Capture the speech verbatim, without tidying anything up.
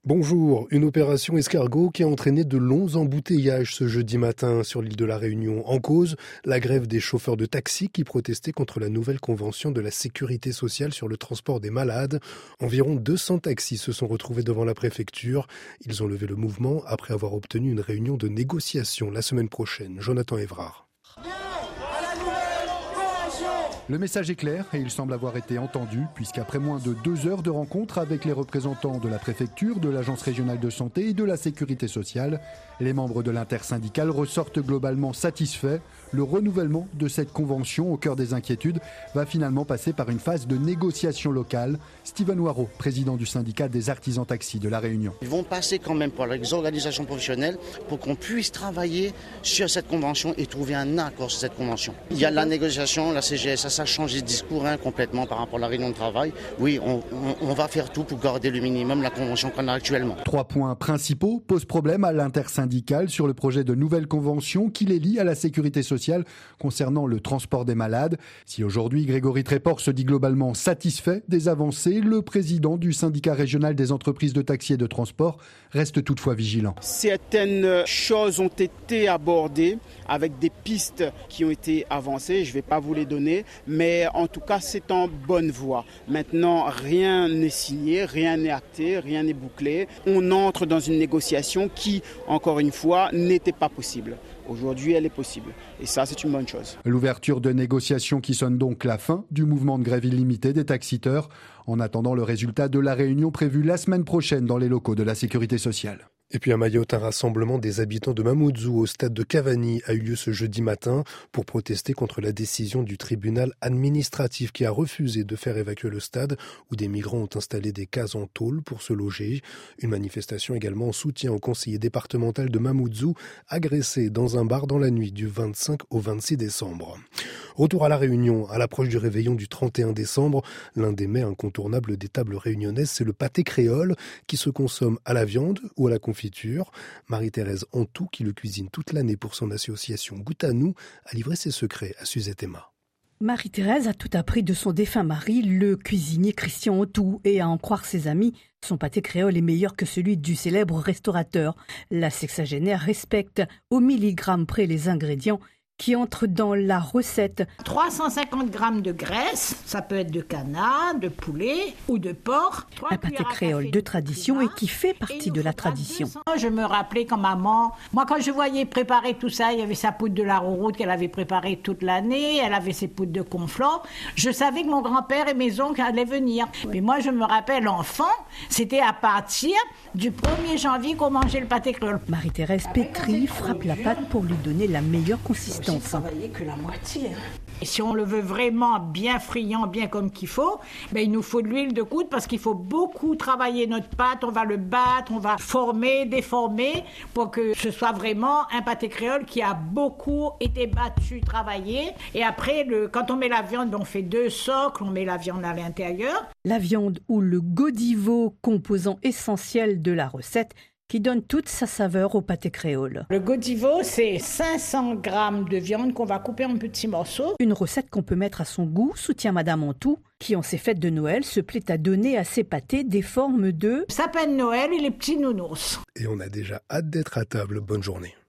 Bonjour, une opération escargot qui a entraîné de longs embouteillages ce jeudi matin sur l'île de la Réunion. En cause, la grève des chauffeurs de taxi qui protestaient contre la nouvelle convention de la sécurité sociale sur le transport des malades. Environ deux cents taxis se sont retrouvés devant la préfecture. Ils ont levé le mouvement après avoir obtenu une réunion de négociation la semaine prochaine. Jonathan Évrard. Le message est clair et il semble avoir été entendu puisqu'après moins de deux heures de rencontres avec les représentants de la préfecture, de l'agence régionale de santé et de la sécurité sociale, les membres de l'intersyndicale ressortent globalement satisfaits. Le renouvellement de cette convention, au cœur des inquiétudes, va finalement passer par une phase de négociation locale. Steven Waro, président du syndicat des artisans taxis de La Réunion. Ils vont passer quand même par les organisations professionnelles pour qu'on puisse travailler sur cette convention et trouver un accord sur cette convention. Il y a la négociation, la C G S, ça a changé de discours hein, complètement par rapport à la réunion de travail. Oui, on, on, on va faire tout pour garder le minimum, la convention qu'on a actuellement. Trois points principaux posent problème à l'intersyndicale sur le projet de nouvelle convention qui les lie à la sécurité sociale concernant le transport des malades. Si aujourd'hui Grégory Tréport se dit globalement satisfait des avancées, le président du syndicat régional des entreprises de taxi et de transport reste toutefois vigilant. Certaines choses ont été abordées avec des pistes qui ont été avancées, je ne vais pas vous les donner, mais en tout cas c'est en bonne voie. Maintenant rien n'est signé, rien n'est acté, rien n'est bouclé. On entre dans une négociation qui, encore une fois, n'était pas possible. Aujourd'hui, elle est possible. Et ça, c'est une bonne chose. L'ouverture de négociations qui sonne donc la fin du mouvement de grève illimité des taxiteurs, en attendant le résultat de la réunion prévue la semaine prochaine dans les locaux de la sécurité sociale. Et puis à Mayotte, un rassemblement des habitants de Mamoudzou au stade de Cavani a eu lieu ce jeudi matin pour protester contre la décision du tribunal administratif qui a refusé de faire évacuer le stade où des migrants ont installé des cases en tôle pour se loger. Une manifestation également en soutien au conseiller départemental de Mamoudzou agressé dans un bar dans la nuit du vingt-cinq au vingt-six décembre. Retour à La Réunion, à l'approche du réveillon du trente et un décembre, l'un des mets incontournables des tables réunionnaises, c'est le pâté créole qui se consomme à la viande ou à la confiture. Marie-Thérèse Antou, qui le cuisine toute l'année pour son association Goûte à nous, a livré ses secrets à Suzette Emma. Marie-Thérèse a tout appris de son défunt mari, le cuisinier Christian Antou, et à en croire ses amis, son pâté créole est meilleur que celui du célèbre restaurateur. La sexagénaire respecte au milligramme près les ingrédients qui entrent dans la recette. trois cent cinquante grammes de graisse, ça peut être de canard, de poulet ou de porc. Un pâté créole de tradition et qui fait partie de la tradition. Je me rappelais quand maman, moi quand je voyais préparer tout ça, il y avait sa poudre de la rouroute qu'elle avait préparée toute l'année, elle avait ses poudres de conflans. Je savais que mon grand-père et mes oncles allaient venir. Mais moi je me rappelle enfant, c'était à partir du premier janvier qu'on mangeait le pâté créole. Marie-Thérèse pétrit, frappe la pâte pour lui donner la meilleure consistance. J'ai travaillé que la moitié. Et si on le veut vraiment bien friand, bien comme qu'il faut, ben il nous faut de l'huile de coude parce qu'il faut beaucoup travailler notre pâte. On va le battre, on va former, déformer pour que ce soit vraiment un pâté créole qui a beaucoup été battu, travaillé. Et après, le, quand on met la viande, on fait deux socles, on met la viande à l'intérieur. La viande ou le godivo, composant essentiel de la recette, qui donne toute sa saveur au pâté créole. Le godivo, c'est cinq cents grammes de viande qu'on va couper en petits morceaux. Une recette qu'on peut mettre à son goût, soutient Madame Antou, qui en ces fêtes de Noël se plaît à donner à ses pâtés des formes de sapin de Noël et les petits nounours. Et on a déjà hâte d'être à table. Bonne journée.